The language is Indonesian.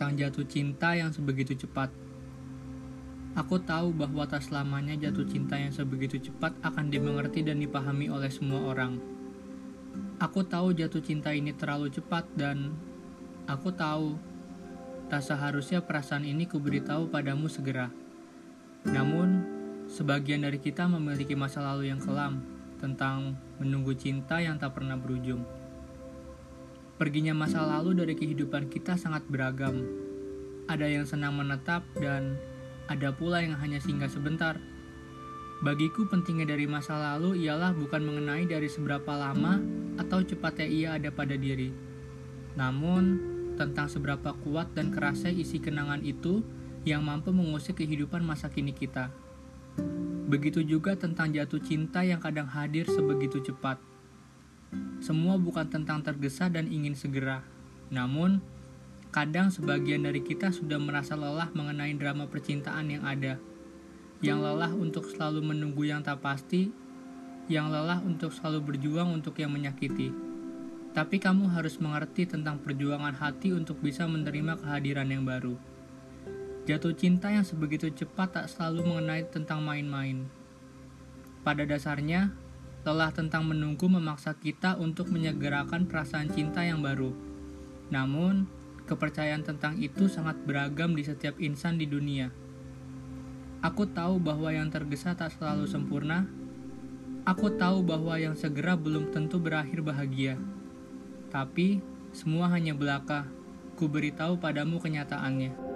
tentang jatuh cinta yang sebegitu cepat. Aku tahu bahwa tak selamanya jatuh cinta yang sebegitu cepat akan dimengerti dan dipahami oleh semua orang. Aku tahu jatuh cinta ini terlalu cepat dan aku tahu tak seharusnya perasaan ini kuberitahu padamu segera. Namun, sebagian dari kita memiliki masa lalu yang kelam tentang menunggu cinta yang tak pernah berujung. Perginya masa lalu dari kehidupan kita sangat beragam. Ada yang senang menetap dan ada pula yang hanya singgah sebentar. Bagiku pentingnya dari masa lalu ialah bukan mengenai dari seberapa lama atau cepatnya ia ada pada diri. Namun, tentang seberapa kuat dan kerasnya isi kenangan itu yang mampu mengusik kehidupan masa kini kita. Begitu juga tentang jatuh cinta yang kadang hadir sebegitu cepat. Semua bukan tentang tergesa dan ingin segera. Namun, kadang sebagian dari kita sudah merasa lelah mengenai drama percintaan yang ada. Yang lelah untuk selalu menunggu yang tak pasti, yang lelah untuk selalu berjuang untuk yang menyakiti. Tapi kamu harus mengerti tentang perjuangan hati untuk bisa menerima kehadiran yang baru. Jatuh cinta yang sebegitu cepat tak selalu mengenai tentang main-main. Pada dasarnya, lelah tentang menunggu memaksa kita untuk menyegerakan perasaan cinta yang baru. Namun, kepercayaan tentang itu sangat beragam di setiap insan di dunia. Aku tahu bahwa yang tergesa tak selalu sempurna. Aku tahu bahwa yang segera belum tentu berakhir bahagia. Tapi, semua hanya belaka. Ku beritahu padamu kenyataannya.